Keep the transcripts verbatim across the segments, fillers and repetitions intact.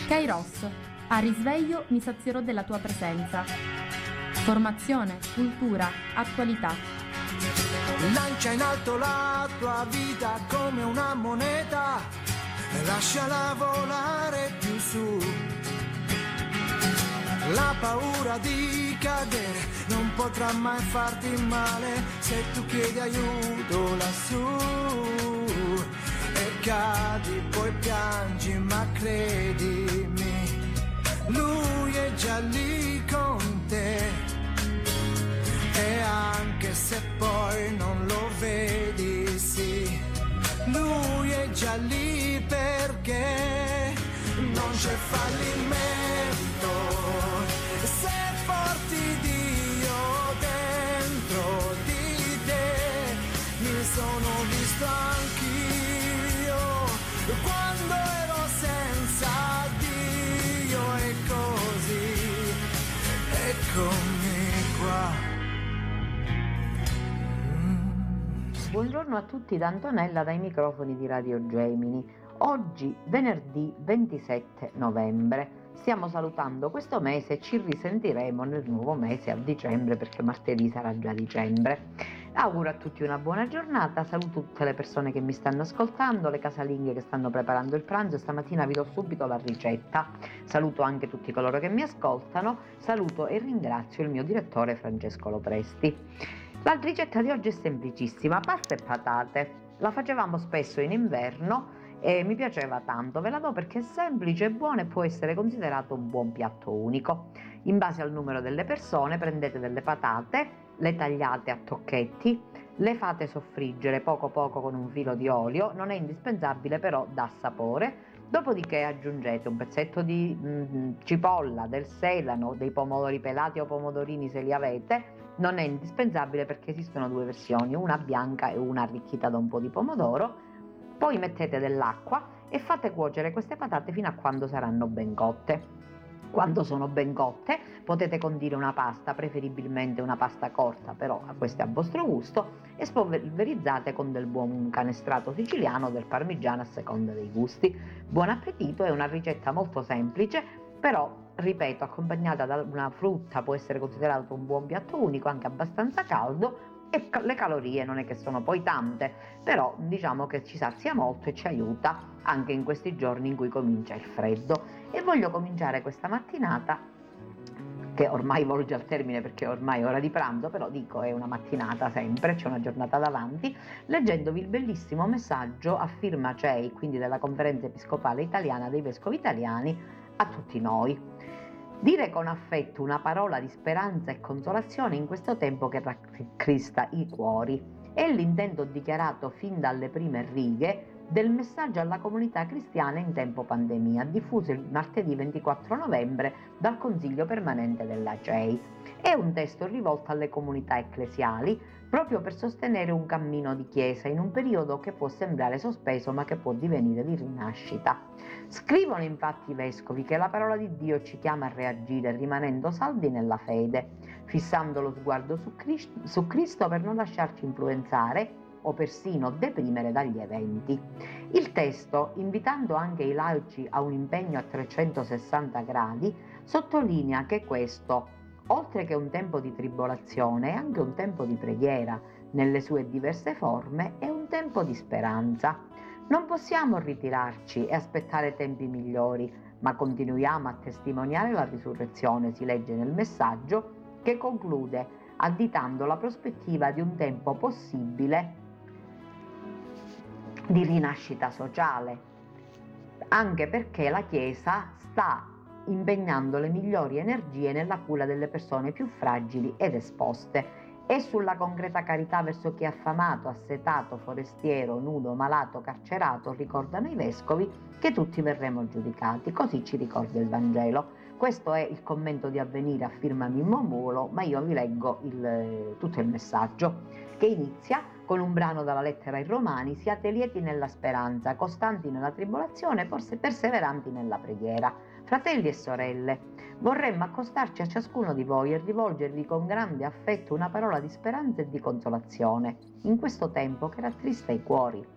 Kairos, a risveglio mi sazierò della tua presenza. Formazione, cultura, attualità. Lancia in alto la tua vita come una moneta e lasciala volare più su. La paura di cadere non potrà mai farti male se tu chiedi aiuto lassù. E cadi, poi piangi, ma credimi, lui è già lì con te. E anche se poi non lo vedi, sì, lui è già lì perché non c'è fallimento se porti Dio dentro di te. Mi sono visto anch'io quando ero senza Dio e così eccomi qua. Buongiorno a tutti da Antonella dai microfoni di Radio Gemini. Oggi venerdì ventisette novembre. Stiamo salutando questo mese e ci risentiremo nel nuovo mese a dicembre, perché martedì sarà già dicembre. Auguro a tutti una buona giornata, saluto tutte le persone che mi stanno ascoltando, le casalinghe che stanno preparando il pranzo e stamattina vi do subito la ricetta. Saluto anche tutti coloro che mi ascoltano, saluto e ringrazio il mio direttore Francesco Lopresti. La ricetta di oggi è semplicissima, pasta e patate. La facevamo spesso in inverno e mi piaceva tanto, ve la do perché è semplice e buona e può essere considerato un buon piatto unico. In base al numero delle persone prendete delle patate, le tagliate a tocchetti, le fate soffriggere poco poco con un filo di olio, non è indispensabile però dà sapore, dopodiché aggiungete un pezzetto di mh, cipolla, del sedano, dei pomodori pelati o pomodorini se li avete. Non è indispensabile perché esistono due versioni, una bianca e una arricchita da un po' di pomodoro. Poi mettete dell'acqua e fate cuocere queste patate fino a quando saranno ben cotte. Quando sono ben cotte potete condire una pasta, preferibilmente una pasta corta, però questo è a vostro gusto, e spolverizzate con del buon canestrato siciliano o del parmigiano a seconda dei gusti. Buon appetito, è una ricetta molto semplice, però ripeto, accompagnata da una frutta può essere considerato un buon piatto unico, anche abbastanza caldo, e le calorie non è che sono poi tante, però diciamo che ci sazia molto e ci aiuta anche in questi giorni in cui comincia il freddo. E voglio cominciare questa mattinata, che ormai volge al termine perché ormai è ora di pranzo, però dico è una mattinata sempre, c'è una giornata davanti, leggendovi il bellissimo messaggio a firma C E I, quindi della Conferenza Episcopale Italiana dei Vescovi Italiani, a tutti noi. Dire con affetto una parola di speranza e consolazione in questo tempo che rattrista i cuori è l'intento dichiarato fin dalle prime righe del messaggio alla comunità cristiana in tempo pandemia, diffuso il martedì ventiquattro novembre dal Consiglio Permanente della C E I. È un testo rivolto alle comunità ecclesiali proprio per sostenere un cammino di chiesa in un periodo che può sembrare sospeso ma che può divenire di rinascita. Scrivono infatti i vescovi che la parola di Dio ci chiama a reagire rimanendo saldi nella fede, fissando lo sguardo su Cristo, su Cristo per non lasciarci influenzare o persino deprimere dagli eventi. Il testo, invitando anche i laici a un impegno a trecentosessanta gradi, sottolinea che questo, oltre che un tempo di tribolazione, è anche un tempo di preghiera, nelle sue diverse forme, è un tempo di speranza. Non possiamo ritirarci e aspettare tempi migliori, ma continuiamo a testimoniare la risurrezione, si legge nel messaggio, che conclude additando la prospettiva di un tempo possibile di rinascita sociale, anche perché la Chiesa sta impegnando le migliori energie nella cura delle persone più fragili ed esposte e sulla concreta carità verso chi è affamato, assetato, forestiero, nudo, malato, carcerato. Ricordano i vescovi che tutti verremo giudicati, così ci ricorda il Vangelo. Questo è il commento di Avvenire a firma Mimmo Mulo, ma io vi leggo il, tutto il messaggio, che inizia con un brano dalla lettera ai Romani: siate lieti nella speranza, costanti nella tribolazione, forse perseveranti nella preghiera. Fratelli e sorelle, vorremmo accostarci a ciascuno di voi e rivolgervi con grande affetto una parola di speranza e di consolazione in questo tempo che rattrista i cuori.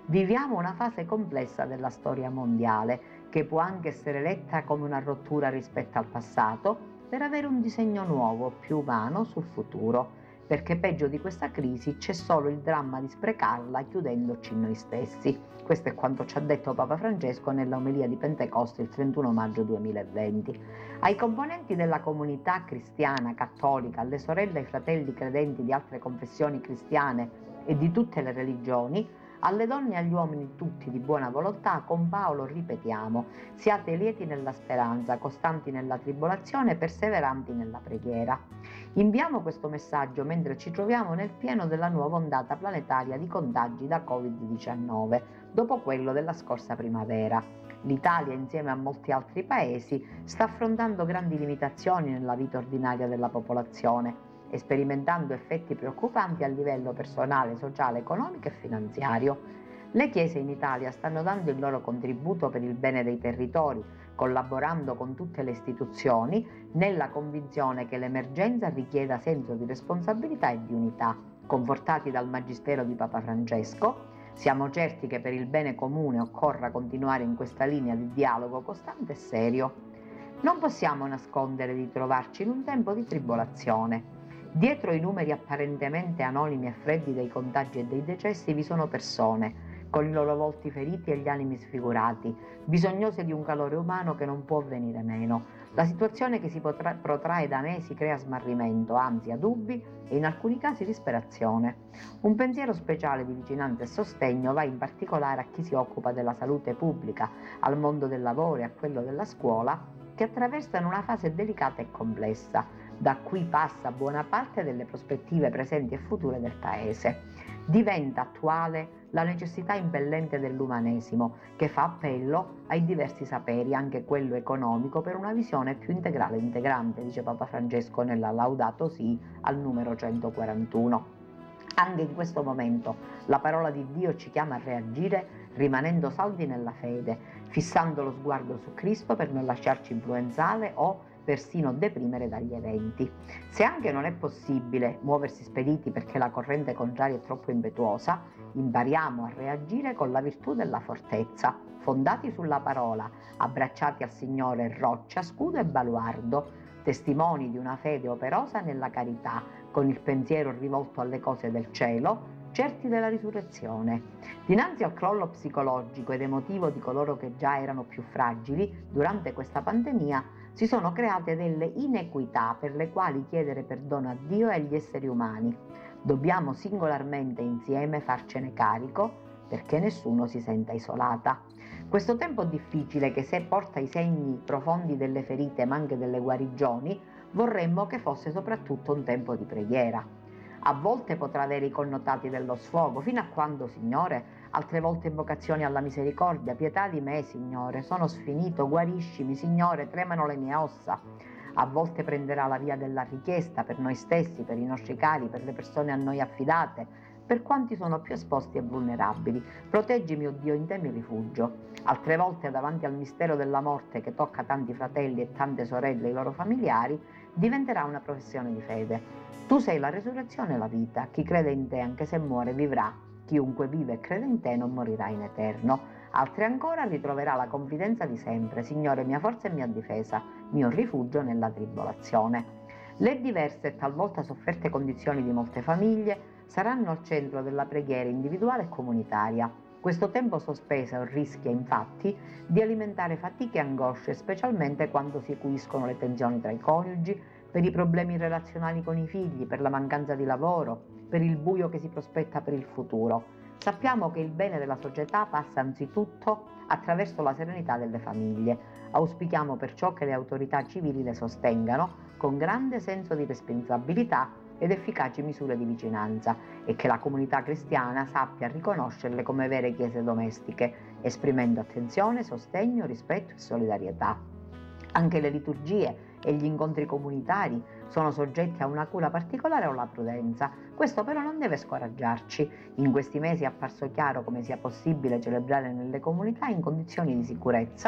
Viviamo una fase complessa della storia mondiale, che può anche essere letta come una rottura rispetto al passato, per avere un disegno nuovo, più umano, sul futuro, perché peggio di questa crisi c'è solo il dramma di sprecarla chiudendoci noi stessi. Questo è quanto ci ha detto Papa Francesco nella omelia di Pentecoste il trentuno maggio duemilaventi. Ai componenti della comunità cristiana, cattolica, alle sorelle e ai fratelli credenti di altre confessioni cristiane e di tutte le religioni, alle donne e agli uomini tutti di buona volontà, con Paolo ripetiamo: siate lieti nella speranza, costanti nella tribolazione e perseveranti nella preghiera. Inviamo questo messaggio mentre ci troviamo nel pieno della nuova ondata planetaria di contagi da covid diciannove, dopo quello della scorsa primavera. L'Italia, insieme a molti altri paesi, sta affrontando grandi limitazioni nella vita ordinaria della popolazione, sperimentando effetti preoccupanti a livello personale, sociale, economico e finanziario. Le chiese in Italia stanno dando il loro contributo per il bene dei territori, collaborando con tutte le istituzioni, nella convinzione che l'emergenza richieda senso di responsabilità e di unità. Confortati dal Magistero di Papa Francesco, siamo certi che per il bene comune occorra continuare in questa linea di dialogo costante e serio. Non possiamo nascondere di trovarci in un tempo di tribolazione. Dietro i numeri apparentemente anonimi e freddi dei contagi e dei decessi vi sono persone, con i loro volti feriti e gli animi sfigurati, bisognose di un calore umano che non può venire meno. La situazione che si potra- protrae da mesi crea smarrimento, ansia, dubbi e in alcuni casi disperazione. Un pensiero speciale di vicinanza e sostegno va in particolare a chi si occupa della salute pubblica, al mondo del lavoro e a quello della scuola, che attraversano una fase delicata e complessa. Da cui passa buona parte delle prospettive presenti e future del Paese. Diventa attuale la necessità impellente dell'umanesimo, che fa appello ai diversi saperi, anche quello economico, per una visione più integrale e integrante, dice Papa Francesco nella Laudato Si al numero centoquarantuno. Anche in questo momento la parola di Dio ci chiama a reagire rimanendo saldi nella fede, fissando lo sguardo su Cristo per non lasciarci influenzare o persino deprimere dagli eventi. Se anche non è possibile muoversi spediti perché la corrente contraria è troppo impetuosa, impariamo a reagire con la virtù della fortezza, fondati sulla parola, abbracciati al Signore roccia, scudo e baluardo, testimoni di una fede operosa nella carità, con il pensiero rivolto alle cose del cielo, certi della risurrezione. Dinanzi al crollo psicologico ed emotivo di coloro che già erano più fragili, durante questa pandemia si sono create delle inequità per le quali chiedere perdono a Dio e agli esseri umani. Dobbiamo singolarmente insieme farcene carico perché nessuno si senta isolata. Questo tempo difficile, che se porta i segni profondi delle ferite ma anche delle guarigioni, vorremmo che fosse soprattutto un tempo di preghiera. A volte potrà avere i connotati dello sfogo, fino a quando, Signore? Altre volte invocazioni alla misericordia: pietà di me, Signore, sono sfinito, guariscimi, Signore, tremano le mie ossa. A volte prenderà la via della richiesta per noi stessi, per i nostri cari, per le persone a noi affidate, per quanti sono più esposti e vulnerabili. Proteggimi, o Dio, in te mi rifugio. Altre volte, davanti al mistero della morte che tocca tanti fratelli e tante sorelle e i loro familiari, diventerà una professione di fede. Tu sei la resurrezione e la vita. Chi crede in te, anche se muore, vivrà. Chiunque vive e crede in te non morirà in eterno. Altre ancora ritroverà la confidenza di sempre: Signore, mia forza e mia difesa, mio rifugio nella tribolazione. Le diverse e talvolta sofferte condizioni di molte famiglie saranno al centro della preghiera individuale e comunitaria. Questo tempo sospeso rischia infatti di alimentare fatiche e angosce, specialmente quando si acuiscono le tensioni tra i coniugi, per i problemi relazionali con i figli, per la mancanza di lavoro, per il buio che si prospetta per il futuro. Sappiamo che il bene della società passa anzitutto attraverso la serenità delle famiglie. Auspichiamo perciò che le autorità civili le sostengano con grande senso di responsabilità ed efficaci misure di vicinanza, e che la comunità cristiana sappia riconoscerle come vere chiese domestiche, esprimendo attenzione, sostegno, rispetto e solidarietà. Anche le liturgie e gli incontri comunitari sono soggetti a una cura particolare o alla prudenza. Questo però non deve scoraggiarci. In questi mesi è apparso chiaro come sia possibile celebrare nelle comunità in condizioni di sicurezza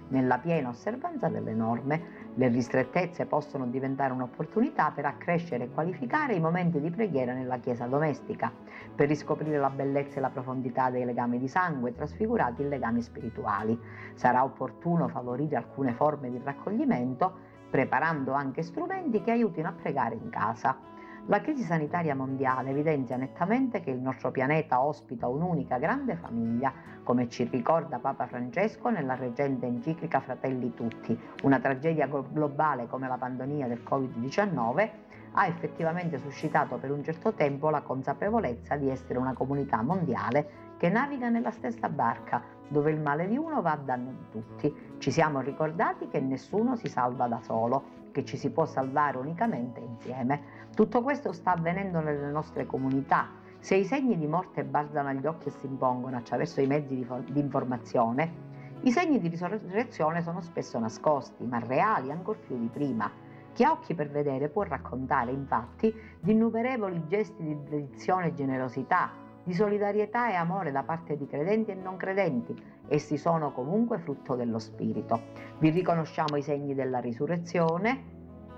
nella piena osservanza delle norme. Le ristrettezze possono diventare un'opportunità per accrescere e qualificare i momenti di preghiera nella chiesa domestica, per riscoprire la bellezza e la profondità dei legami di sangue trasfigurati in legami spirituali. Sarà opportuno favorire alcune forme di raccoglimento, preparando anche strumenti che aiutino a pregare in casa. La crisi sanitaria mondiale evidenzia nettamente che il nostro pianeta ospita un'unica grande famiglia, come ci ricorda Papa Francesco nella recente enciclica Fratelli Tutti. Una tragedia globale come la pandemia del covid diciannove ha effettivamente suscitato per un certo tempo la consapevolezza di essere una comunità mondiale che naviga nella stessa barca, dove il male di uno va a danno di tutti. Ci siamo ricordati che nessuno si salva da solo, che ci si può salvare unicamente insieme. Tutto questo sta avvenendo nelle nostre comunità. Se i segni di morte balzano agli occhi e si impongono attraverso i mezzi di, for- di informazione, i segni di risurrezione sono spesso nascosti, ma reali ancor più di prima. Chi ha occhi per vedere può raccontare, infatti, di innumerevoli gesti di dedizione e generosità, di solidarietà e amore da parte di credenti e non credenti. Essi sono comunque frutto dello Spirito. Vi riconosciamo i segni della risurrezione,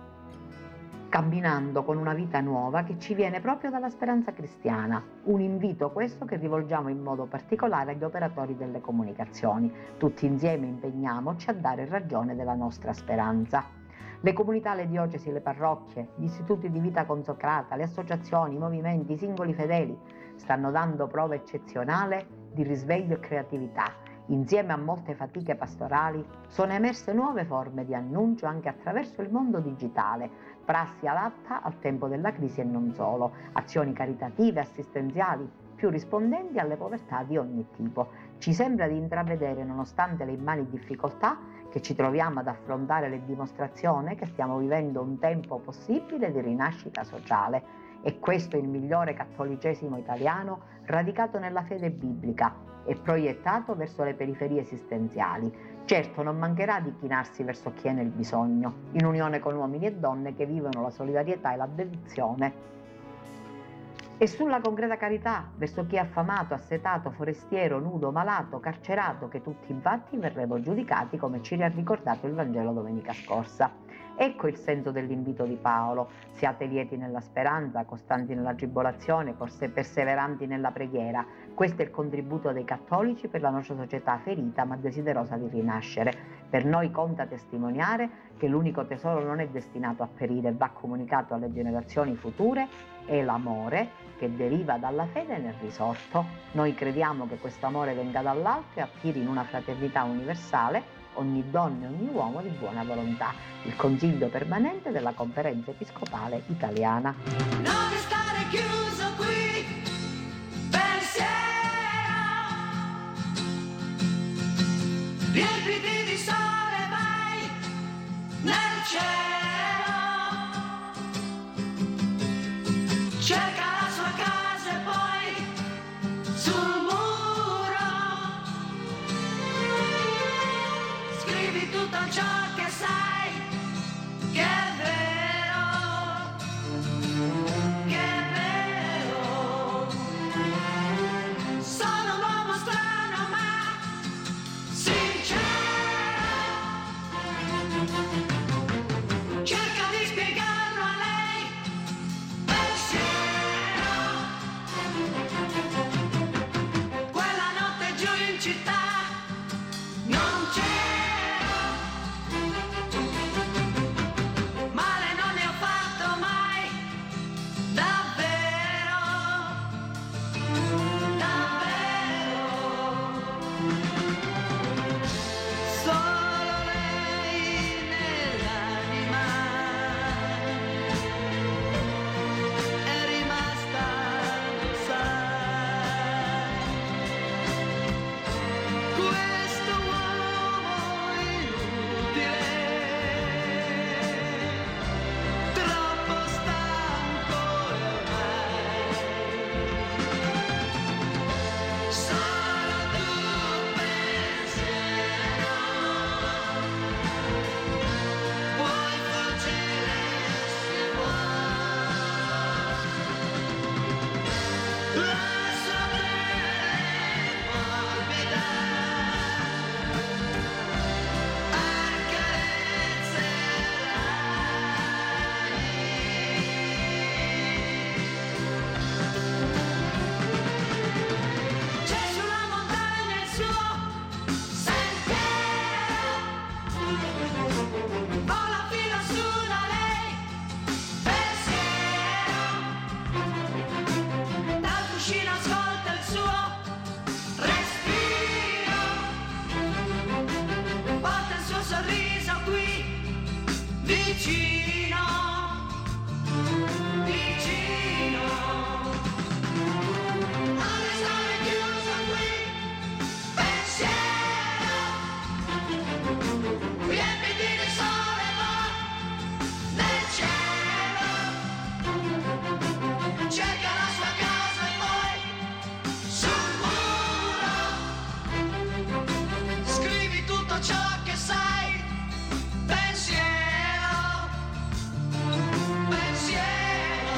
camminando con una vita nuova che ci viene proprio dalla speranza cristiana. Un invito questo che rivolgiamo in modo particolare agli operatori delle comunicazioni. Tutti insieme impegniamoci a dare ragione della nostra speranza. Le comunità, le diocesi, le parrocchie, gli istituti di vita consacrata, le associazioni, i movimenti, i singoli fedeli stanno dando prova eccezionale di risveglio e creatività. Insieme a molte fatiche pastorali sono emerse nuove forme di annuncio anche attraverso il mondo digitale, prassi adatta al tempo della crisi e non solo, azioni caritative, assistenziali, più rispondenti alle povertà di ogni tipo. Ci sembra di intravedere, nonostante le immani difficoltà che ci troviamo ad affrontare, le dimostrazioni che stiamo vivendo un tempo possibile di rinascita sociale. E questo è il migliore cattolicesimo italiano, radicato nella fede biblica e proiettato verso le periferie esistenziali. Certo, non mancherà di chinarsi verso chi è nel bisogno, in unione con uomini e donne che vivono la solidarietà e la dedizione. E sulla concreta carità verso chi è affamato, assetato, forestiero, nudo, malato, carcerato, che tutti infatti verremo giudicati, come ci ha ricordato il Vangelo domenica scorsa. Ecco il senso dell'invito di Paolo: siate lieti nella speranza, costanti nella tribolazione, perseveranti nella preghiera. Questo è il contributo dei cattolici per la nostra società ferita ma desiderosa di rinascere. Per noi conta testimoniare che l'unico tesoro non è destinato a perire, va comunicato alle generazioni future, è l'amore che deriva dalla fede nel risorto. Noi crediamo che questo amore venga dall'alto e attiri in una fraternità universale ogni donna e ogni uomo di buona volontà. Il Consiglio permanente della Conferenza Episcopale Italiana. Non restare chiuso qui, pensiero, riempiti di sole, vai nel cielo, cerca la sua casa e poi sul muro scrivi tutto ciò che sai che è vero, che è vero. Sono un uomo strano ma sincero, cerca di spiegarlo a lei, pensiero. Quella notte giù in città non c'ero, vicino, vicino. All'esame chiuso qui, pensiero, riempiti di sole poi nel cielo, cerca la sua casa e poi sul muro scrivi tutto ciò che sai, pensiero, pensiero,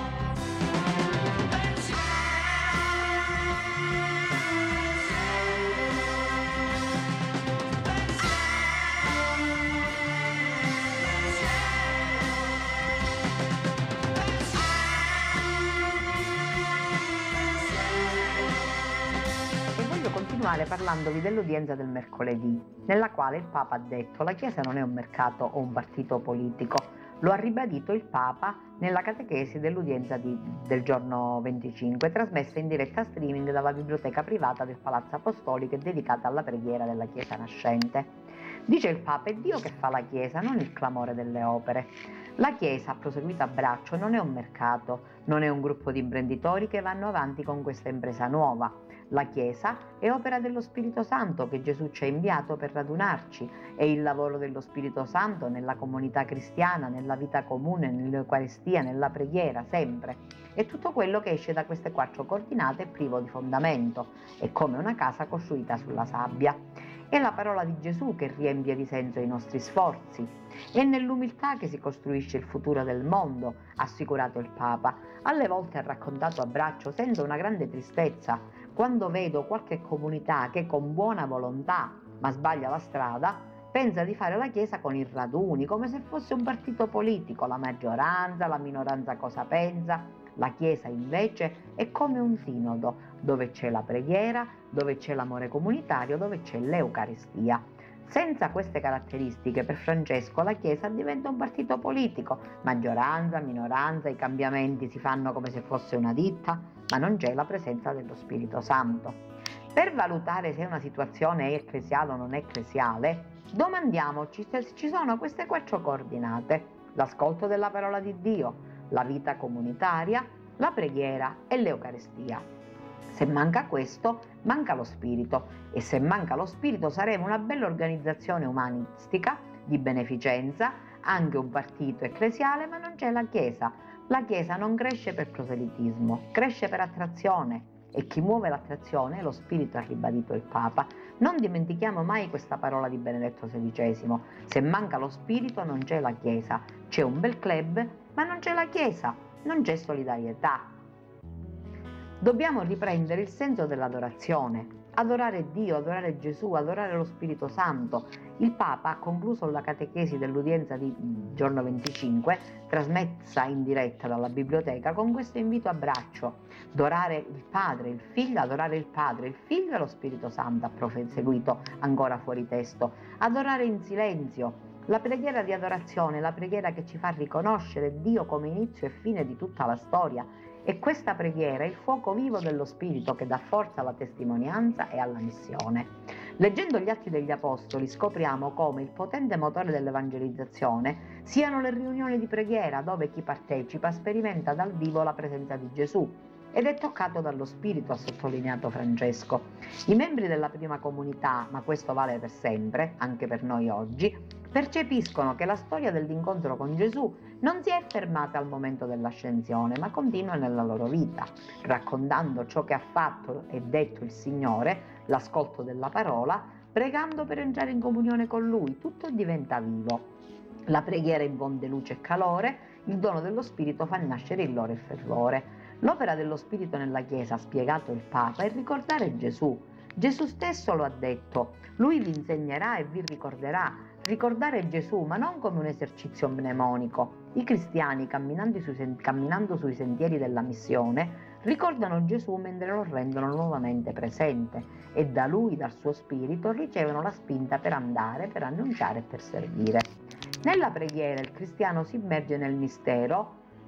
E voglio continuare parlandovi dell'udienza del mercoledì, nella quale il Papa ha detto: la Chiesa non è un mercato o un partito politico. Lo ha ribadito il Papa nella catechesi dell'udienza di- del giorno venticinque, trasmessa in diretta streaming dalla biblioteca privata del Palazzo Apostolico e dedicata alla preghiera della Chiesa nascente. Dice il Papa: è Dio che fa la Chiesa, non il clamore delle opere. La Chiesa, ha proseguito a braccio, non è un mercato, non è un gruppo di imprenditori che vanno avanti con questa impresa nuova. La Chiesa è opera dello Spirito Santo che Gesù ci ha inviato per radunarci. È il lavoro dello Spirito Santo nella comunità cristiana, nella vita comune, nell'Eucaristia, nella preghiera, sempre. E tutto quello che esce da queste quattro coordinate è privo di fondamento, è come una casa costruita sulla sabbia. È la parola di Gesù che riempie di senso i nostri sforzi. È nell'umiltà che si costruisce il futuro del mondo, ha assicurato il Papa. Alle volte ha raccontato a braccio, sento una grande tristezza quando vedo qualche comunità che con buona volontà, ma sbaglia la strada, pensa di fare la Chiesa con i raduni, come se fosse un partito politico, la maggioranza, la minoranza cosa pensa. La Chiesa invece è come un sinodo, dove c'è la preghiera, dove c'è l'amore comunitario, dove c'è l'Eucaristia. Senza queste caratteristiche, per Francesco, la Chiesa diventa un partito politico. Maggioranza, minoranza, i cambiamenti si fanno come se fosse una ditta, ma non c'è la presenza dello Spirito Santo. Per valutare se una situazione è ecclesiale o non è ecclesiale, domandiamoci se ci sono queste quattro coordinate: l'ascolto della parola di Dio, la vita comunitaria, la preghiera e l'Eucaristia. Se manca questo, manca lo spirito, e se manca lo spirito saremo una bella organizzazione umanistica, di beneficenza, anche un partito ecclesiale, ma non c'è la Chiesa. La Chiesa non cresce per proselitismo, cresce per attrazione, e chi muove l'attrazione è lo spirito, ha ribadito il Papa. Non dimentichiamo mai questa parola di Benedetto sedicesimo: se manca lo spirito non c'è la Chiesa, c'è un bel club, ma non c'è la Chiesa, non c'è solidarietà. Dobbiamo riprendere il senso dell'adorazione, adorare Dio, adorare Gesù, adorare lo Spirito Santo. Il Papa ha concluso la catechesi dell'udienza di giorno venticinque, trasmessa in diretta dalla biblioteca, con questo invito a braccio: adorare il Padre, il Figlio, adorare il Padre, il Figlio e lo Spirito Santo, ha proseguito ancora fuori testo. Adorare in silenzio. La preghiera di adorazione è la preghiera che ci fa riconoscere Dio come inizio e fine di tutta la storia, e questa preghiera è il fuoco vivo dello Spirito che dà forza alla testimonianza e alla missione. Leggendo gli Atti degli Apostoli scopriamo come il potente motore dell'evangelizzazione siano le riunioni di preghiera, dove chi partecipa sperimenta dal vivo la presenza di Gesù ed è toccato dallo Spirito, ha sottolineato Francesco. I membri della prima comunità, ma questo vale per sempre, anche per noi oggi, percepiscono che la storia dell'incontro con Gesù non si è fermata al momento dell'ascensione, ma continua nella loro vita, raccontando ciò che ha fatto e detto il Signore, l'ascolto della parola, pregando per entrare in comunione con Lui. Tutto diventa vivo. La preghiera infonde luce e calore, il dono dello Spirito fa nascere il loro fervore. L'opera dello Spirito nella Chiesa, ha spiegato il Papa, è ricordare Gesù. Gesù stesso lo ha detto: Lui vi insegnerà e vi ricorderà. Ricordare Gesù, ma non come un esercizio mnemonico. I cristiani, camminando sui, sen- camminando sui sentieri della missione, ricordano Gesù mentre lo rendono nuovamente presente, e da Lui, dal suo Spirito, ricevono la spinta per andare, per annunciare e per servire. Nella preghiera il cristiano si immerge nel mistero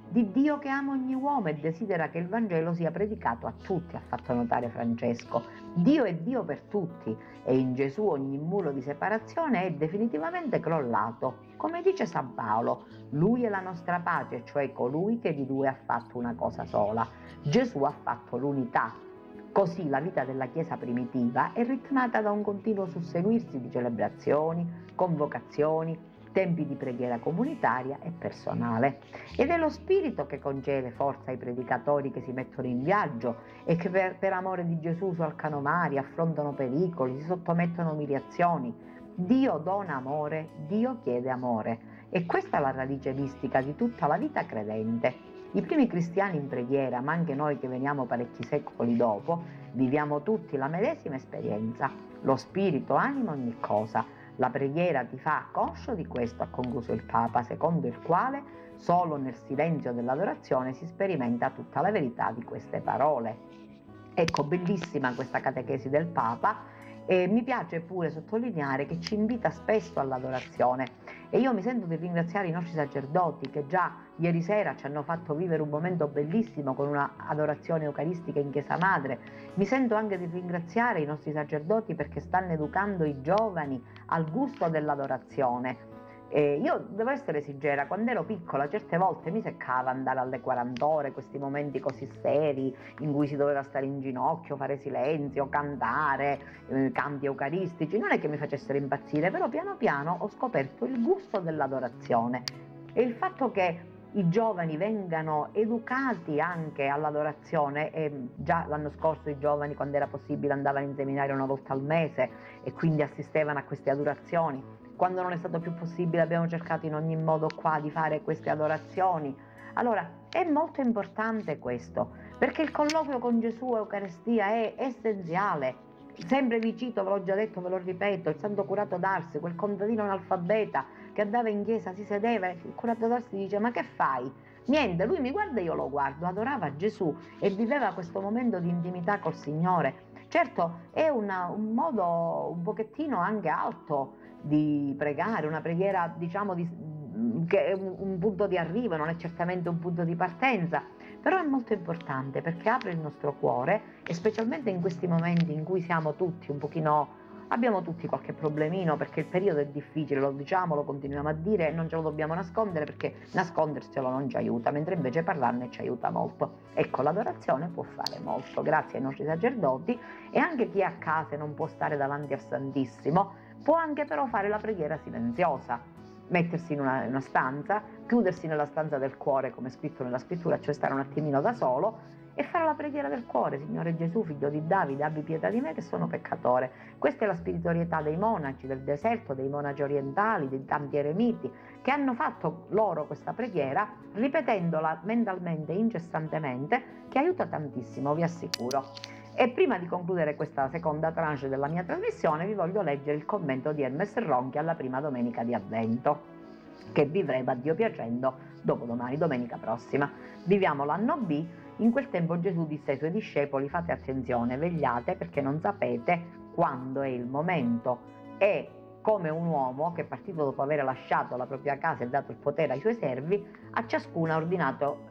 di Dio che ama ogni uomo e desidera che il Vangelo sia predicato a tutti, ha fatto notare Francesco. Dio è Dio per tutti e in Gesù ogni muro di separazione è definitivamente crollato. Come dice San Paolo, Lui è la nostra pace, cioè colui che di due ha fatto una cosa sola. Gesù ha fatto l'unità. Così la vita della Chiesa primitiva è ritmata da un continuo susseguirsi di celebrazioni, convocazioni, tempi di preghiera comunitaria e personale. Ed è lo Spirito che concede forza ai predicatori che si mettono in viaggio e che per, per amore di Gesù solcano mari, affrontano pericoli, si sottomettono a umiliazioni. Dio dona amore, Dio chiede amore. E questa è la radice mistica di tutta la vita credente. I primi cristiani in preghiera, ma anche noi che veniamo parecchi secoli dopo, viviamo tutti la medesima esperienza. Lo Spirito anima ogni cosa. La preghiera ti fa conscio di questo, ha concluso il Papa, secondo il quale solo nel silenzio dell'adorazione si sperimenta tutta la verità di queste parole. Ecco, bellissima questa catechesi del Papa. E mi piace pure sottolineare che ci invita spesso all'adorazione e io mi sento di ringraziare i nostri sacerdoti che già ieri sera ci hanno fatto vivere un momento bellissimo con una adorazione eucaristica in Chiesa Madre. Mi sento anche di ringraziare i nostri sacerdoti perché stanno educando i giovani al gusto dell'adorazione. Eh, io devo essere sincera, quando ero piccola certe volte mi seccava andare alle quaranta ore, questi momenti così seri in cui si doveva stare in ginocchio, fare silenzio, cantare, eh, canti eucaristici, non è che mi facessero impazzire, però piano piano ho scoperto il gusto dell'adorazione e il fatto che i giovani vengano educati anche all'adorazione, e già l'anno scorso i giovani quando era possibile andavano in seminario una volta al mese e quindi assistevano a queste adorazioni. Quando non è stato più possibile abbiamo cercato in ogni modo qua di fare queste adorazioni. Allora è molto importante questo, perché il colloquio con Gesù Eucaristia è essenziale. Sempre vi cito, ve l'ho già detto, ve lo ripeto, il Santo Curato d'Ars, quel contadino analfabeta che andava in chiesa, si sedeva, il Curato d'Ars dice: ma che fai? Niente, lui mi guarda e io lo guardo. Adorava Gesù e viveva questo momento di intimità col Signore. Certo è una, un modo un pochettino anche alto di pregare, una preghiera diciamo di, che è un, un punto di arrivo, non è certamente un punto di partenza, però è molto importante perché apre il nostro cuore e specialmente in questi momenti in cui siamo tutti un pochino, abbiamo tutti qualche problemino perché il periodo è difficile, lo diciamo, lo continuiamo a dire e non ce lo dobbiamo nascondere perché nascondercelo non ci aiuta, mentre invece parlarne ci aiuta molto. Ecco, l'adorazione può fare molto, grazie ai nostri sacerdoti, e anche chi è a casa e non può stare davanti al Santissimo può anche però fare la preghiera silenziosa, mettersi in una, in una stanza, chiudersi nella stanza del cuore, come è scritto nella scrittura, cioè stare un attimino da solo e fare la preghiera del cuore. Signore Gesù, figlio di Davide, abbi pietà di me che sono peccatore. Questa è la spiritualità dei monaci del deserto, dei monaci orientali, dei tanti eremiti, che hanno fatto loro questa preghiera, ripetendola mentalmente, incessantemente, che aiuta tantissimo, vi assicuro. E prima di concludere questa seconda tranche della mia trasmissione vi voglio leggere il commento di Hermes Ronchi alla prima domenica di Avvento, che vivremo a Dio piacendo dopodomani, domenica prossima. Viviamo l'anno B. In quel tempo Gesù disse ai suoi discepoli: fate attenzione, vegliate, perché non sapete quando è il momento. E come un uomo che, partito dopo aver lasciato la propria casa e dato il potere ai suoi servi, a ciascuno ha ordinato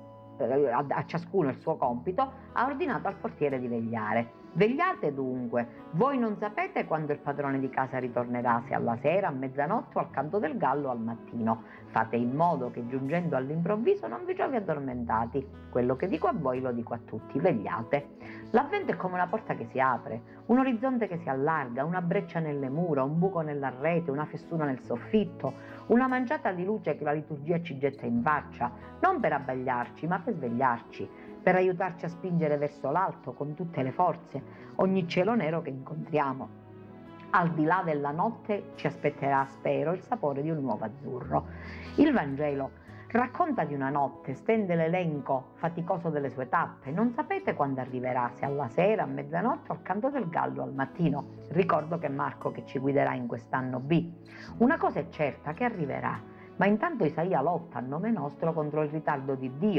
a ciascuno il suo compito, ha ordinato al portiere di vegliare. Vegliate dunque, voi non sapete quando il padrone di casa ritornerà, se alla sera, a mezzanotte o al canto del gallo o al mattino. Fate in modo che giungendo all'improvviso non vi trovi addormentati. Quello che dico a voi lo dico a tutti, vegliate. L'avvento è come una porta che si apre, un orizzonte che si allarga, una breccia nelle mura, un buco nella rete, una fessura nel soffitto, una manciata di luce che la liturgia ci getta in faccia, non per abbagliarci, ma per svegliarci, per aiutarci a spingere verso l'alto con tutte le forze ogni cielo nero che incontriamo. Al di là della notte ci aspetterà, spero, il sapore di un nuovo azzurro. Il Vangelo racconta di una notte, stende l'elenco faticoso delle sue tappe. Non sapete quando arriverà, se alla sera, a mezzanotte o al canto del gallo al mattino. Ricordo che è Marco che ci guiderà in quest'anno B. Una cosa è certa, che arriverà, ma intanto Isaia lotta a nome nostro contro il ritardo di Dio.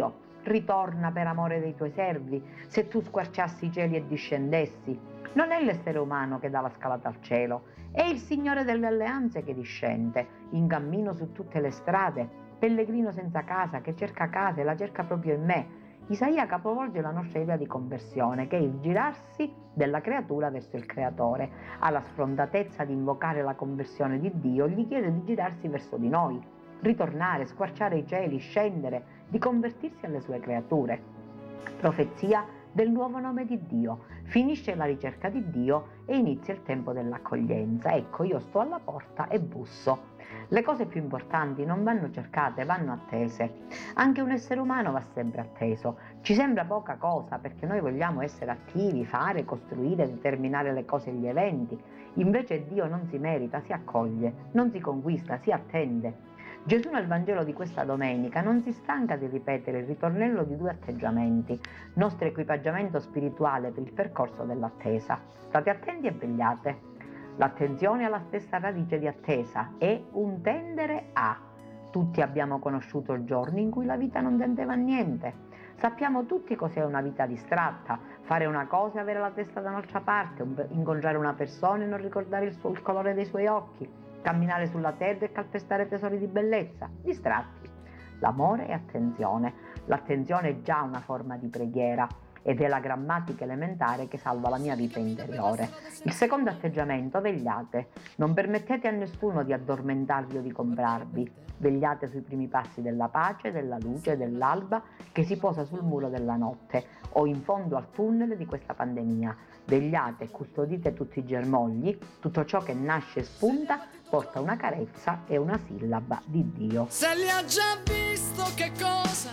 ritorna per amore dei tuoi servi, se tu squarciassi i cieli e discendessi. Non è l'essere umano che dà la scalata al cielo, è il Signore delle alleanze che discende, in cammino su tutte le strade, pellegrino senza casa, che cerca casa e la cerca proprio in me. Isaia capovolge la nostra idea di conversione, che è il girarsi della creatura verso il Creatore. Alla sfrontatezza di invocare la conversione di Dio, gli chiede di girarsi verso di noi, ritornare, squarciare i cieli, scendere, di convertirsi alle sue creature. Profezia del nuovo nome di Dio. Finisce la ricerca di Dio e inizia il tempo dell'accoglienza. Ecco, io sto alla porta e busso. Le cose più importanti non vanno cercate, vanno attese. Anche un essere umano va sempre atteso. Ci sembra poca cosa perché noi vogliamo essere attivi, fare, costruire, determinare le cose e gli eventi. Invece Dio non si merita, si accoglie, non si conquista, si attende. Gesù nel Vangelo di questa domenica non si stanca di ripetere il ritornello di due atteggiamenti, nostro equipaggiamento spirituale per il percorso dell'attesa. State attenti e vegliate. L'attenzione ha la stessa radice di attesa, è un tendere a. Tutti abbiamo conosciuto giorni in cui la vita non tendeva a niente. Sappiamo tutti cos'è una vita distratta, fare una cosa e avere la testa da un'altra parte, incontrare una persona e non ricordare il, suo, il colore dei suoi occhi, camminare sulla terra e calpestare tesori di bellezza, distratti. L'amore è attenzione. L'attenzione è già una forma di preghiera ed è la grammatica elementare che salva la mia vita interiore. Il secondo atteggiamento, vegliate. Non permettete a nessuno di addormentarvi o di comprarvi. Vegliate sui primi passi della pace, della luce, dell'alba che si posa sul muro della notte o in fondo al tunnel di questa pandemia. Vegliate e custodite tutti i germogli, tutto ciò che nasce e spunta porta una carezza e una sillaba di Dio. Se li ha già visto che cosa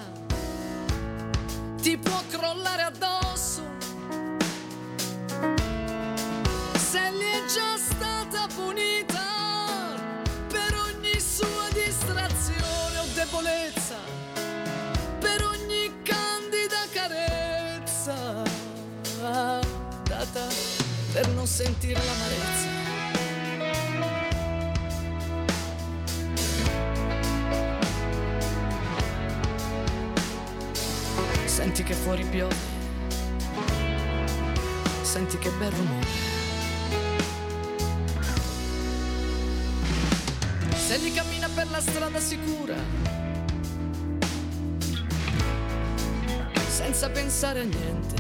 ti può crollare addosso, se li è già stata punita per ogni sua distrazione o debolezza, per ogni candida carezza data per non sentire l'amarezza. Senti che fuori piove, senti che bel rumore. Se li cammina per la strada sicura, senza pensare a niente,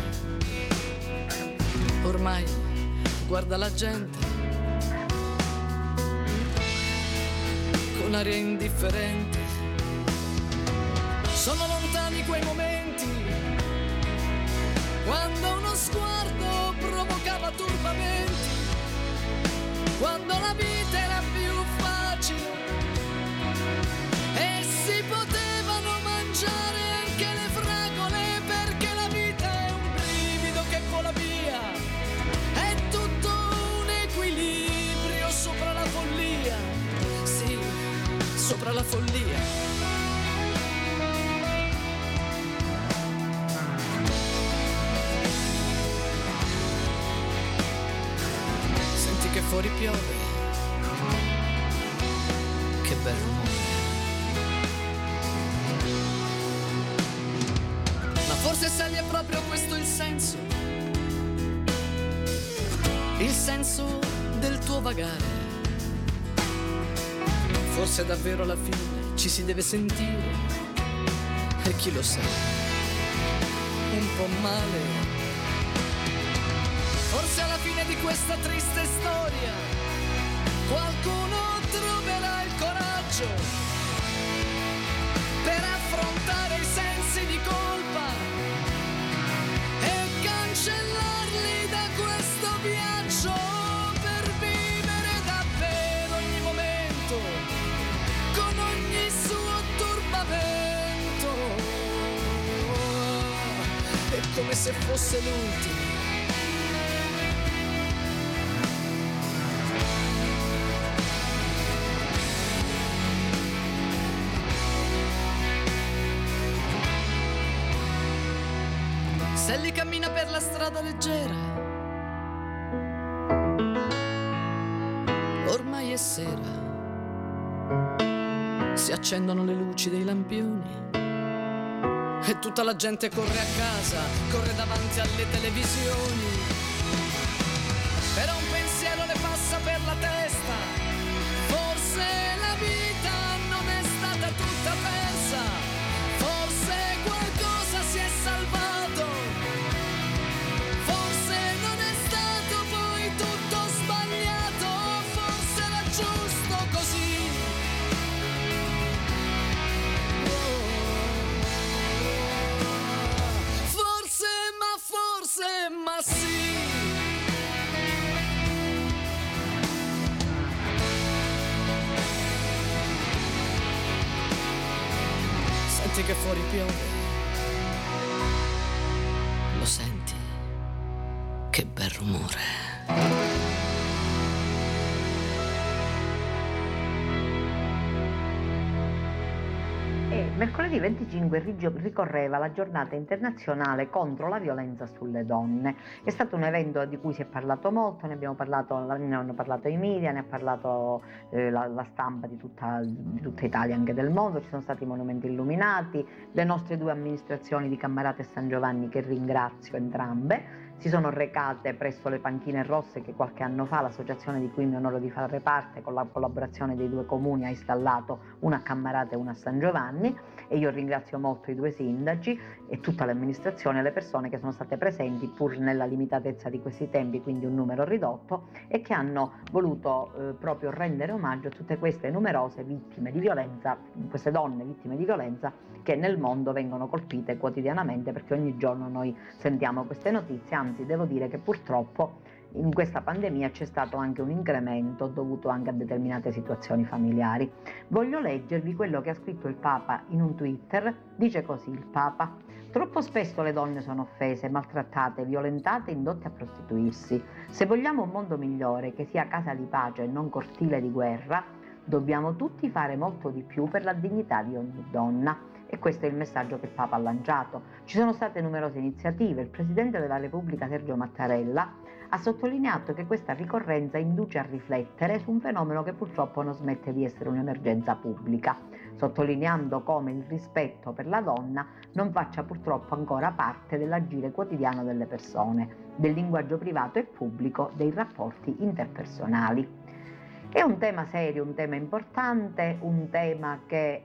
ormai guarda la gente con aria indifferente. Sono lontani quei momenti quando uno sguardo provocava turbamenti, quando la vita era più facile e si potevano mangiare anche le fragole, perché la vita è un brivido che vola via, è tutto un equilibrio sopra la follia, sì, sopra la follia. Che fuori piove, che bel rumore. Ma forse sai è proprio questo il senso, il senso del tuo vagare. Forse davvero alla fine ci si deve sentire, e chi lo sa, un po' male. Forse alla fine di questa triste storia qualcuno troverà il coraggio per affrontare i sensi di colpa e cancellarli da questo viaggio, per vivere davvero ogni momento con ogni suo turbamento. È come se fosse l'ultimo. Se li cammina per la strada leggera, ormai è sera, si accendono le luci dei lampioni e tutta la gente corre a casa, corre davanti alle televisioni. Però un pensiero le passa per la testa, forse la vita non è stata tutta persa, forse qualcosa si è salvato, forse non è stato poi tutto sbagliato, forse era giusto così. Forse, ma forse, ma sì. Senti che fuori piove, lo senti? Che bel rumore. E mercoledì venticinque rigio- ricorreva la giornata internazionale contro la violenza sulle donne. È stato un evento di cui si è parlato molto, ne abbiamo parlato, ne hanno parlato i media, ne ha parlato eh, la, la stampa di tutta, di tutta Italia, anche del mondo, ci sono stati monumenti illuminati, le nostre due amministrazioni di Cammarate e San Giovanni, che ringrazio entrambe, si sono recate presso le Panchine Rosse che qualche anno fa l'associazione di cui mi onoro di fare parte, con la collaborazione dei due comuni, ha installato una a Cammarate e una a San Giovanni, e io ringrazio molto i due sindaci e tutta l'amministrazione e le persone che sono state presenti pur nella limitatezza di questi tempi, quindi un numero ridotto, e che hanno voluto eh, proprio rendere omaggio a tutte queste numerose vittime di violenza, queste donne vittime di violenza che nel mondo vengono colpite quotidianamente, perché ogni giorno noi sentiamo queste notizie. Anzi, devo dire che purtroppo in questa pandemia c'è stato anche un incremento dovuto anche a determinate situazioni familiari. Voglio leggervi quello che ha scritto il Papa in un Twitter. Dice così il Papa: troppo spesso le donne sono offese, maltrattate, violentate e indotte a prostituirsi. Se vogliamo un mondo migliore, che sia casa di pace e non cortile di guerra, dobbiamo tutti fare molto di più per la dignità di ogni donna. E questo è il messaggio che il Papa ha lanciato. Ci sono state numerose iniziative. Il Presidente della Repubblica Sergio Mattarella ha sottolineato che questa ricorrenza induce a riflettere su un fenomeno che purtroppo non smette di essere un'emergenza pubblica, sottolineando come il rispetto per la donna non faccia purtroppo ancora parte dell'agire quotidiano delle persone, del linguaggio privato e pubblico, dei rapporti interpersonali. È un tema serio, un tema importante, un tema che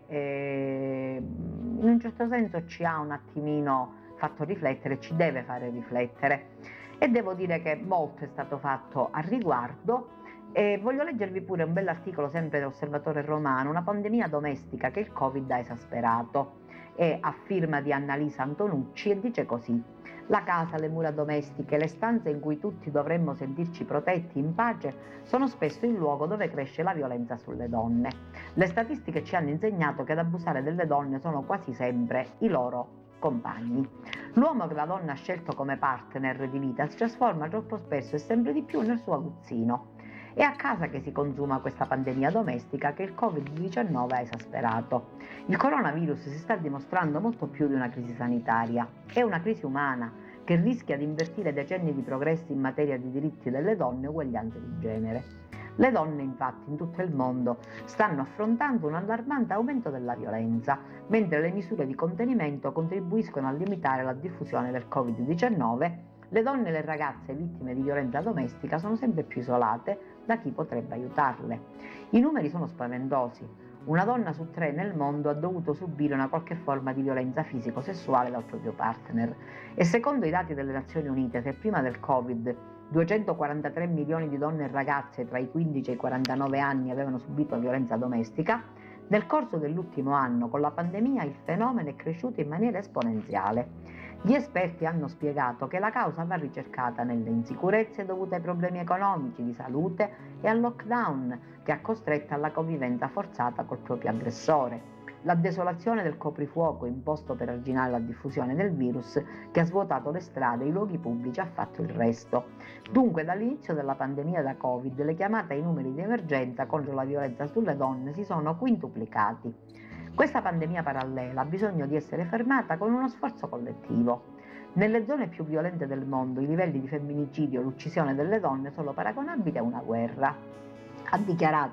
eh, in un certo senso ci ha un attimino fatto riflettere, ci deve fare riflettere, e devo dire che molto è stato fatto a riguardo. E voglio leggervi pure un bell'articolo sempre dell'Osservatore Romano, una pandemia domestica che il Covid ha esasperato, è a firma di Annalisa Antonucci, e dice così: la casa, le mura domestiche, le stanze in cui tutti dovremmo sentirci protetti in pace sono spesso il luogo dove cresce la violenza sulle donne. Le statistiche ci hanno insegnato che ad abusare delle donne sono quasi sempre i loro compagni. L'uomo che la donna ha scelto come partner di vita si trasforma troppo spesso e sempre di più nel suo aguzzino. È a casa che si consuma questa pandemia domestica che il covid diciannove ha esasperato. Il coronavirus si sta dimostrando molto più di una crisi sanitaria, è una crisi umana che rischia di invertire decenni di progressi in materia di diritti delle donne e uguaglianza di genere. Le donne, infatti, in tutto il mondo stanno affrontando un allarmante aumento della violenza, mentre le misure di contenimento contribuiscono a limitare la diffusione del covid diciannove. Le donne e le ragazze vittime di violenza domestica sono sempre più isolate da chi potrebbe aiutarle. I numeri sono spaventosi. Una donna su tre nel mondo ha dovuto subire una qualche forma di violenza fisico-sessuale dal proprio partner. E secondo i dati delle Nazioni Unite, se prima del Covid duecentoquarantatré milioni di donne e ragazze tra i quindici e i quarantanove anni avevano subito violenza domestica, nel corso dell'ultimo anno, con la pandemia, il fenomeno è cresciuto in maniera esponenziale. Gli esperti hanno spiegato che la causa va ricercata nelle insicurezze dovute ai problemi economici, di salute e al lockdown che ha costretto alla convivenza forzata col proprio aggressore. La desolazione del coprifuoco imposto per arginare la diffusione del virus, che ha svuotato le strade e i luoghi pubblici, ha fatto il resto. Dunque, dall'inizio della pandemia da Covid, le chiamate ai numeri di emergenza contro la violenza sulle donne si sono quintuplicati. Questa pandemia parallela ha bisogno di essere fermata con uno sforzo collettivo. Nelle zone più violente del mondo i livelli di femminicidio e l'uccisione delle donne sono paragonabili a una guerra. Ha dichiarato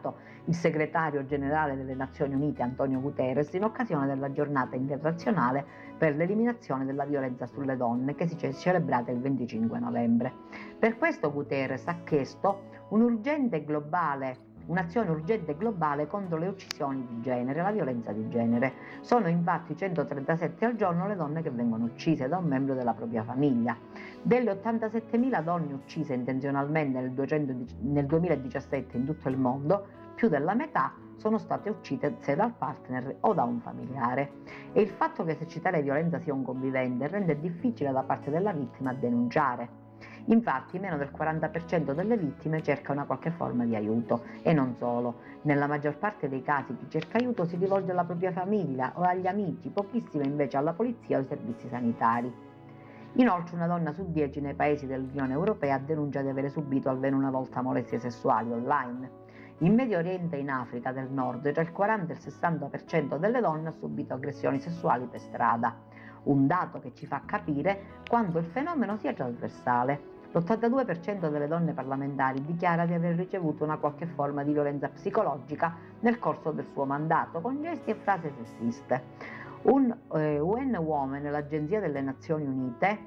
il segretario generale delle Nazioni Unite Antonio Guterres in occasione della giornata internazionale per l'eliminazione della violenza sulle donne che si è celebrata il venticinque novembre. Per questo Guterres ha chiesto un'urgente globale Un'azione urgente globale contro le uccisioni di genere, la violenza di genere. Sono infatti centotrentasette al giorno le donne che vengono uccise da un membro della propria famiglia. Delle ottantasettemila donne uccise intenzionalmente nel, duecento, nel duemiladiciassette in tutto il mondo, più della metà sono state uccise dal partner o da un familiare. E il fatto che esercitare violenza sia un convivente rende difficile da parte della vittima denunciare. Infatti meno del quaranta per cento delle vittime cerca una qualche forma di aiuto e non solo. Nella maggior parte dei casi chi cerca aiuto si rivolge alla propria famiglia o agli amici, pochissime invece alla polizia o ai servizi sanitari. Inoltre una donna su dieci nei paesi dell'Unione Europea denuncia di avere subito almeno una volta molestie sessuali online. In Medio Oriente e in Africa del Nord tra il quaranta e il sessanta per cento delle donne ha subito aggressioni sessuali per strada, un dato che ci fa capire quanto il fenomeno sia trasversale. L'ottantadue per cento delle donne parlamentari dichiara di aver ricevuto una qualche forma di violenza psicologica nel corso del suo mandato, con gesti e frasi sessiste. Un eh, U N Women, l'Agenzia delle Nazioni Unite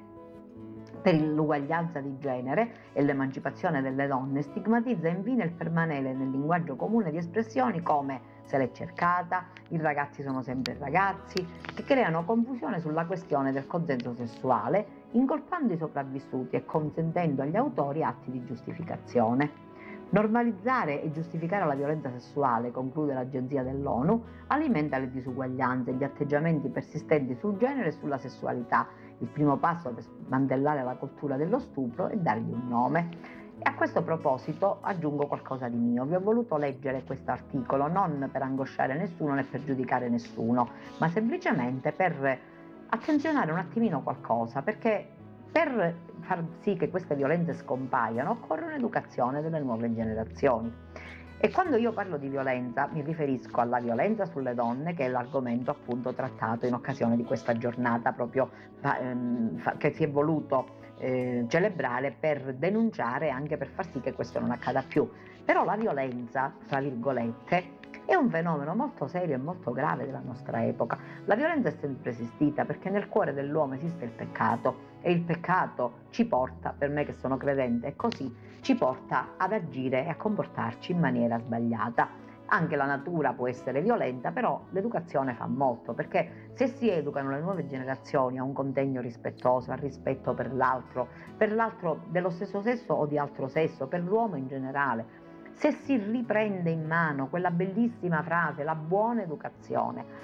per l'uguaglianza di genere e l'emancipazione delle donne, stigmatizza infine il permanere nel linguaggio comune di espressioni come se l'è cercata, i ragazzi sono sempre ragazzi, che creano confusione sulla questione del consenso sessuale, incolpando i sopravvissuti e consentendo agli autori atti di giustificazione. Normalizzare e giustificare la violenza sessuale, conclude l'Agenzia dell'ONU, alimenta le disuguaglianze e gli atteggiamenti persistenti sul genere e sulla sessualità. Il primo passo per smantellare la cultura dello stupro è dargli un nome. E a questo proposito aggiungo qualcosa di mio. Vi ho voluto leggere questo articolo non per angosciare nessuno né per giudicare nessuno, ma semplicemente per attenzionare un attimino qualcosa, perché per far sì che queste violenze scompaiano occorre un'educazione delle nuove generazioni. E quando io parlo di violenza mi riferisco alla violenza sulle donne, che è l'argomento appunto trattato in occasione di questa giornata proprio ehm, che si è voluto eh, celebrare per denunciare e anche per far sì che questo non accada più. Però la violenza, tra virgolette, è un fenomeno molto serio e molto grave della nostra epoca. La violenza è sempre esistita perché nel cuore dell'uomo esiste il peccato e il peccato ci porta, per me che sono credente è così, ci porta ad agire e a comportarci in maniera sbagliata. Anche la natura può essere violenta, però l'educazione fa molto, perché se si educano le nuove generazioni a un contegno rispettoso, al rispetto per l'altro, per l'altro dello stesso sesso o di altro sesso, per l'uomo in generale, se si riprende in mano quella bellissima frase, la buona educazione.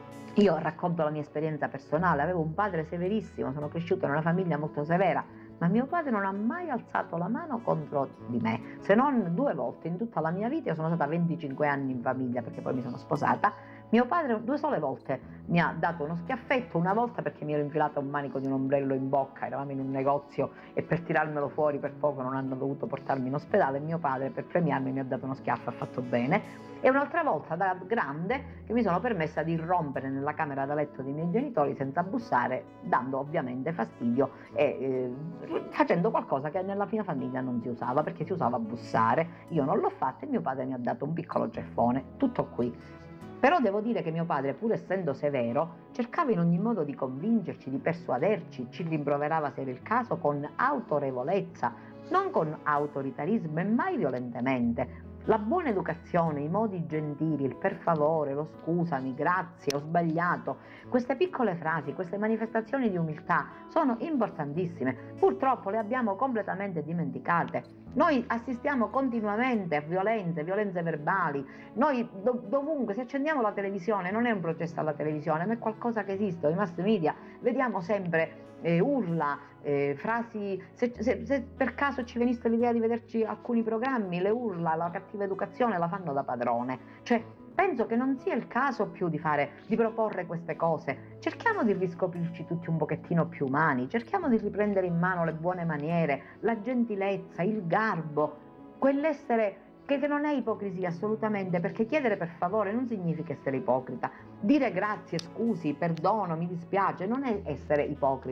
Io racconto la mia esperienza personale, avevo un padre severissimo, sono cresciuta in una famiglia molto severa, ma mio padre non ha mai alzato la mano contro di me, se non due volte in tutta la mia vita. Io sono stata venticinque anni in famiglia perché poi mi sono sposata. Mio padre due sole volte mi ha dato uno schiaffetto, una volta perché mi ero infilata un manico di un ombrello in bocca, eravamo in un negozio e per tirarmelo fuori per poco non hanno dovuto portarmi in ospedale, e mio padre per premiarmi mi ha dato uno schiaffo, ha fatto bene. E un'altra volta da grande che mi sono permessa di irrompere nella camera da letto dei miei genitori senza bussare, dando ovviamente fastidio e eh, facendo qualcosa che nella mia famiglia non si usava, perché si usava bussare. Io non l'ho fatto e mio padre mi ha dato un piccolo ceffone, tutto qui. Però devo dire che mio padre, pur essendo severo, cercava in ogni modo di convincerci, di persuaderci, ci rimproverava se era il caso con autorevolezza, non con autoritarismo e mai violentemente. La buona educazione, i modi gentili, il per favore, lo scusami, grazie, ho sbagliato, queste piccole frasi, queste manifestazioni di umiltà sono importantissime. Purtroppo le abbiamo completamente dimenticate. Noi assistiamo continuamente a violenze, violenze verbali. Noi dov- dovunque, se accendiamo la televisione, non è un processo alla televisione, ma è qualcosa che esiste, i mass media, vediamo sempre eh, urla, eh, frasi, se, se, se per caso ci venisse l'idea di vederci alcuni programmi, le urla, la cattiva educazione la fanno da padrone. Cioè, penso che non sia il caso più di fare, di proporre queste cose. Cerchiamo di riscoprirci tutti un pochettino più umani, cerchiamo di riprendere in mano le buone maniere, la gentilezza, il garbo, quell'essere che non è ipocrisia assolutamente, perché chiedere per favore non significa essere ipocrita. Dire grazie, scusi, perdono, mi dispiace non è essere ipocrita.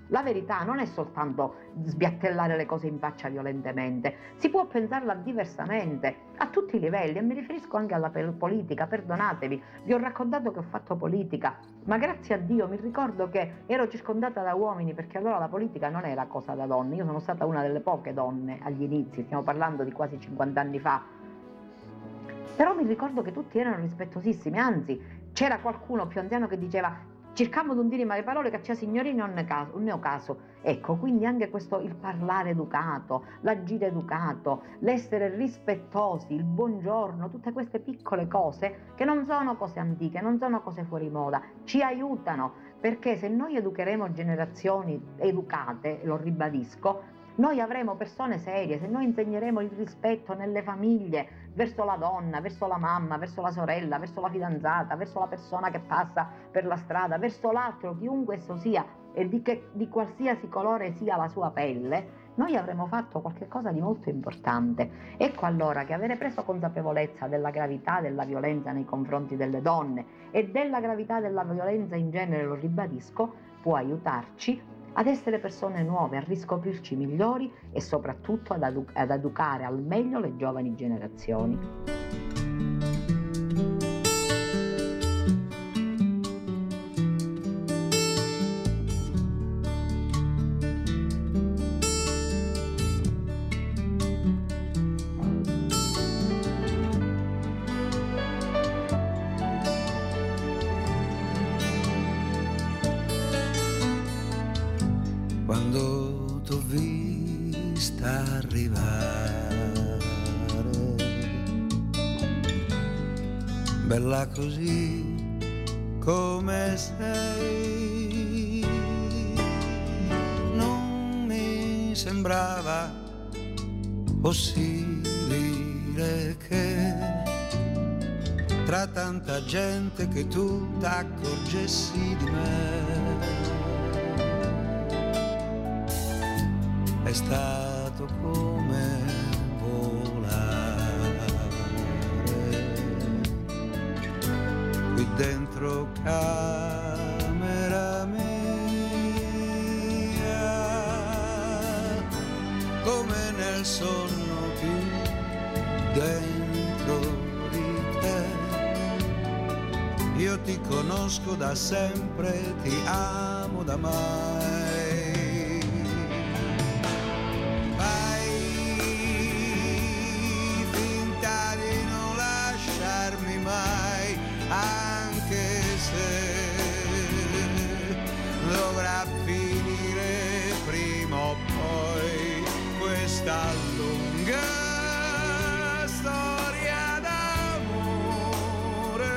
La verità non è soltanto sbiattellare le cose in faccia violentemente, si può pensarla diversamente, a tutti i livelli, e mi riferisco anche alla politica. Perdonatevi, vi ho raccontato che ho fatto politica, ma grazie a Dio mi ricordo che ero circondata da uomini, perché allora la politica non era cosa da donne, io sono stata una delle poche donne agli inizi, stiamo parlando di quasi cinquanta anni fa, però mi ricordo che tutti erano rispettosissimi, anzi c'era qualcuno più anziano che diceva: cercamo di non dire male parole, che c'è signorina non ne caso, non ne ho caso. Ecco, quindi anche questo, il parlare educato, l'agire educato, l'essere rispettosi, il buongiorno, tutte queste piccole cose che non sono cose antiche, non sono cose fuori moda, ci aiutano, perché se noi educheremo generazioni educate, lo ribadisco, noi avremo persone serie. Se noi insegneremo il rispetto nelle famiglie verso la donna, verso la mamma, verso la sorella, verso la fidanzata, verso la persona che passa per la strada, verso l'altro, chiunque esso sia e di, che, di qualsiasi colore sia la sua pelle, noi avremo fatto qualcosa di molto importante. Ecco allora che avere preso consapevolezza della gravità della violenza nei confronti delle donne e della gravità della violenza in genere, lo ribadisco, può aiutarci ad essere persone nuove, a riscoprirci migliori e soprattutto ad, edu- ad educare al meglio le giovani generazioni. Quando t'ho vista arrivare, bella così come sei, non mi sembrava possibile che tra tanta gente che tu t'accorgessi di me. È stato come volare qui dentro camera mia, come nel sonno più dentro di te. Io ti conosco da sempre, ti amo da mai. Anche se dovrà finire prima o poi questa lunga storia d'amore.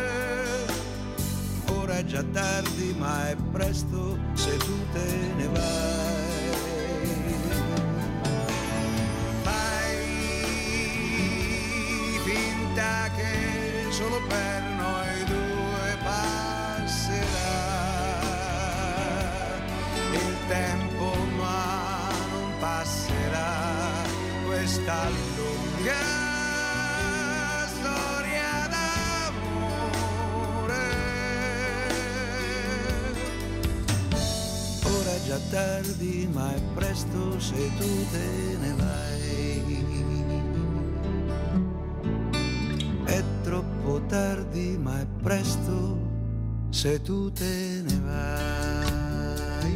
Ora è già tardi ma è presto se tu te ne vai. Fai finta che solo per noi due passerà il tempo, ma non passerà questa lunga storia d'amore. Ora è già tardi ma è presto se tu te ne vai. È troppo tardi ma è presto se tu te ne vai.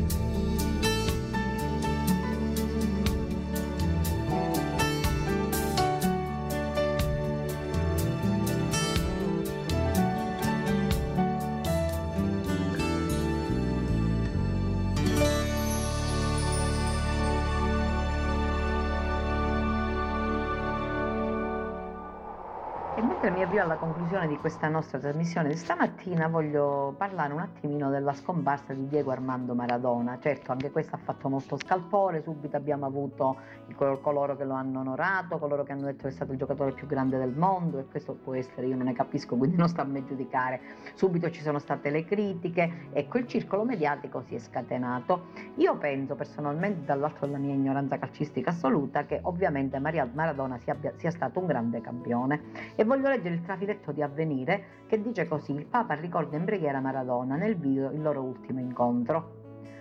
E mentre mi avvio alla conclusione di questa nostra trasmissione di stamattina, voglio parlare un attimino della scomparsa di Diego Armando Maradona. Certo, anche questo ha fatto molto scalpore, subito abbiamo avuto coloro che lo hanno onorato, coloro che hanno detto che è stato il giocatore più grande del mondo, e questo può essere, io non ne capisco, quindi non sto a me giudicare. Subito ci sono state le critiche, ecco, il circolo mediatico si è scatenato. Io penso personalmente, dall'alto della mia ignoranza calcistica assoluta, che ovviamente Maradona sia, sia stato un grande campione. E voglio leggere il trafiletto di Avvenire che dice così: il Papa ricorda in preghiera Maradona nel video il loro ultimo incontro.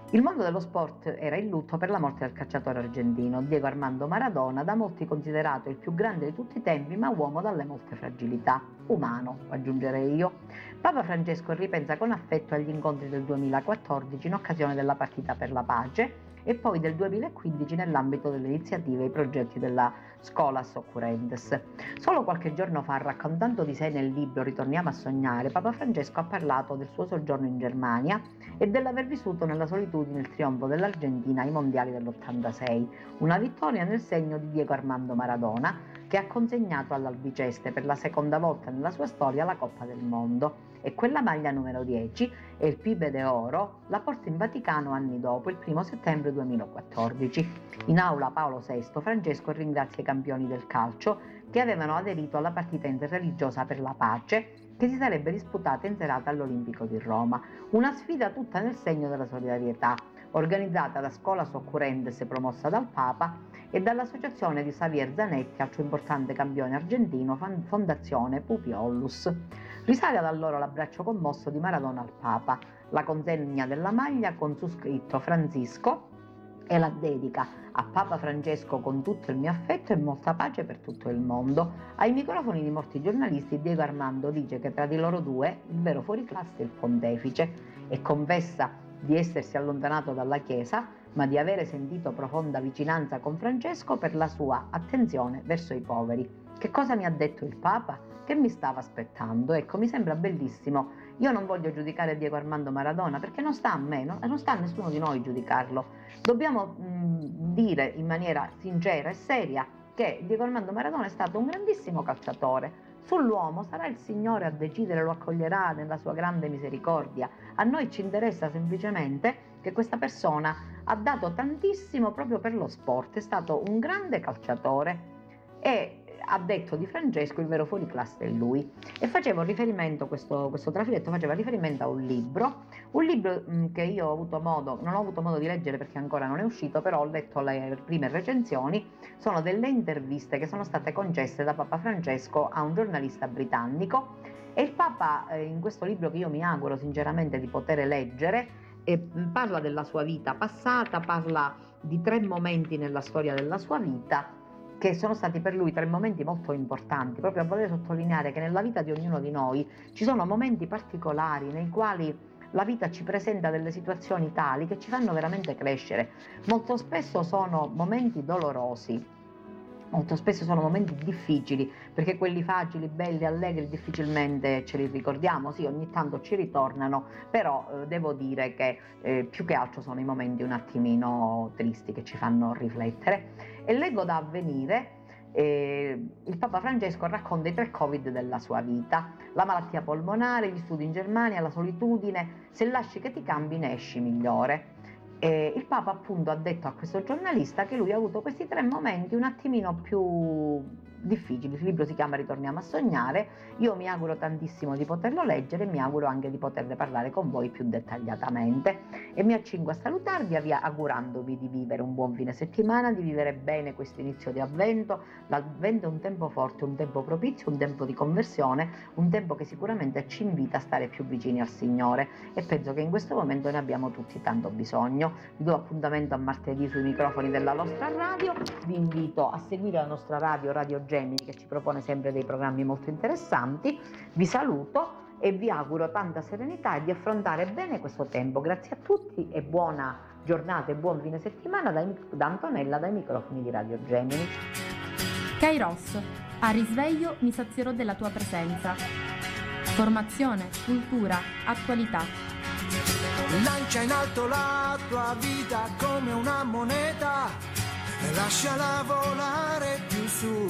Il mondo dello sport era in lutto per la morte del calciatore argentino Diego Armando Maradona, da molti considerato il più grande di tutti i tempi, ma uomo dalle molte fragilità. Umano, aggiungerei io. Papa Francesco ripensa con affetto agli incontri del duemilaquattordici in occasione della partita per la pace e poi del duemilaquindici nell'ambito delle iniziative e i progetti della Scholas Occurrentes. Solo qualche giorno fa, raccontando di sé nel libro Ritorniamo a sognare, Papa Francesco ha parlato del suo soggiorno in Germania e dell'aver vissuto nella solitudine il trionfo dell'Argentina ai mondiali dell'ottantasei, una vittoria nel segno di Diego Armando Maradona, che ha consegnato all'Albiceste per la seconda volta nella sua storia la Coppa del Mondo. E quella maglia numero dieci e il Pibe de Oro la porta in Vaticano anni dopo, il primo settembre duemilaquattordici. In aula Paolo sesto, Francesco ringrazia i campioni del calcio che avevano aderito alla partita interreligiosa per la pace che si sarebbe disputata in serata all'Olimpico di Roma, una sfida tutta nel segno della solidarietà, organizzata da Scholas Occurrentes promossa dal Papa e dall'associazione di Xavier Zanetti, altro importante campione argentino, Fondazione Pupi Ollus. Risale ad allora l'abbraccio commosso di Maradona al Papa, la consegna della maglia con su scritto Francisco e la dedica a Papa Francesco con tutto il mio affetto e molta pace per tutto il mondo. Ai microfoni di molti giornalisti Diego Armando dice che tra di loro due il vero fuoriclasse è il pontefice e confessa di essersi allontanato dalla Chiesa, ma di avere sentito profonda vicinanza con Francesco per la sua attenzione verso i poveri. Che cosa mi ha detto il Papa? Che mi stava aspettando? Ecco, mi sembra bellissimo. Io non voglio giudicare Diego Armando Maradona perché non sta a me, no? Non sta a nessuno di noi giudicarlo. Dobbiamo mh, dire in maniera sincera e seria che Diego Armando Maradona è stato un grandissimo calciatore. Sull'uomo sarà il Signore a decidere, lo accoglierà nella sua grande misericordia. A noi ci interessa semplicemente che questa persona ha dato tantissimo proprio per lo sport, è stato un grande calciatore e ha detto di Francesco il vero fuoriclasse è lui. E facevo riferimento, questo, questo trafiletto faceva riferimento a un libro, un libro mh, che io ho avuto modo, non ho avuto modo di leggere perché ancora non è uscito, però ho letto le prime recensioni. Sono delle interviste che sono state concesse da Papa Francesco a un giornalista britannico e il Papa eh, in questo libro, che io mi auguro sinceramente di poter leggere, eh, parla della sua vita passata, parla di tre momenti nella storia della sua vita che sono stati per lui tre momenti molto importanti, proprio a voler sottolineare che nella vita di ognuno di noi ci sono momenti particolari nei quali la vita ci presenta delle situazioni tali che ci fanno veramente crescere. Molto spesso sono momenti dolorosi, molto spesso sono momenti difficili, perché quelli facili, belli, allegri difficilmente ce li ricordiamo, sì, ogni tanto ci ritornano, però eh, devo dire che eh, più che altro sono i momenti un attimino tristi che ci fanno riflettere. E leggo da Avvenire, eh, il Papa Francesco racconta i tre Covid della sua vita: la malattia polmonare, gli studi in Germania, la solitudine. Se lasci che ti cambi ne esci migliore. E il Papa appunto ha detto a questo giornalista che lui ha avuto questi tre momenti un attimino più difficili. Il libro si chiama Ritorniamo a sognare. Io mi auguro tantissimo di poterlo leggere e mi auguro anche di poterne parlare con voi più dettagliatamente. E mi accingo a salutarvi avvia, augurandovi di vivere un buon fine settimana, di vivere bene questo inizio di avvento. L'avvento è un tempo forte, un tempo propizio, un tempo di conversione, un tempo che sicuramente ci invita a stare più vicini al Signore e penso che in questo momento ne abbiamo tutti tanto bisogno. Vi do appuntamento a martedì sui microfoni della nostra radio, vi invito a seguire la nostra radio, Radio Gemini, che ci propone sempre dei programmi molto interessanti. Vi saluto e vi auguro tanta serenità e di affrontare bene questo tempo. Grazie a tutti e buona giornata e buon fine settimana da, da Antonella dai microfoni di Radio Gemini. Kairos, a risveglio mi sazierò della tua presenza. Formazione, cultura, attualità. Lancia in alto la tua vita come una moneta e lasciala volare più su.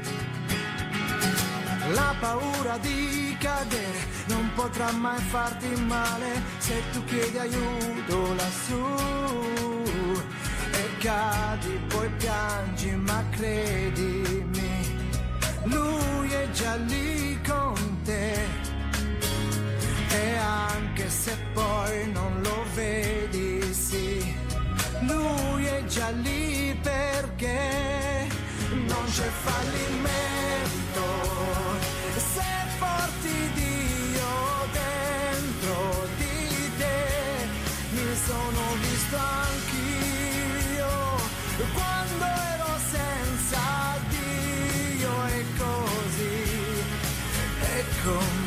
La paura di cadere non potrà mai farti male se tu chiedi aiuto lassù. E cadi, poi piangi, ma credimi, lui è già lì con te. E anche se poi non lo vedi, sì, lui è già lì perché non c'è fallimento se porti Dio dentro di te. Mi sono visto visto anch'io quando ero senza Dio, e così, e così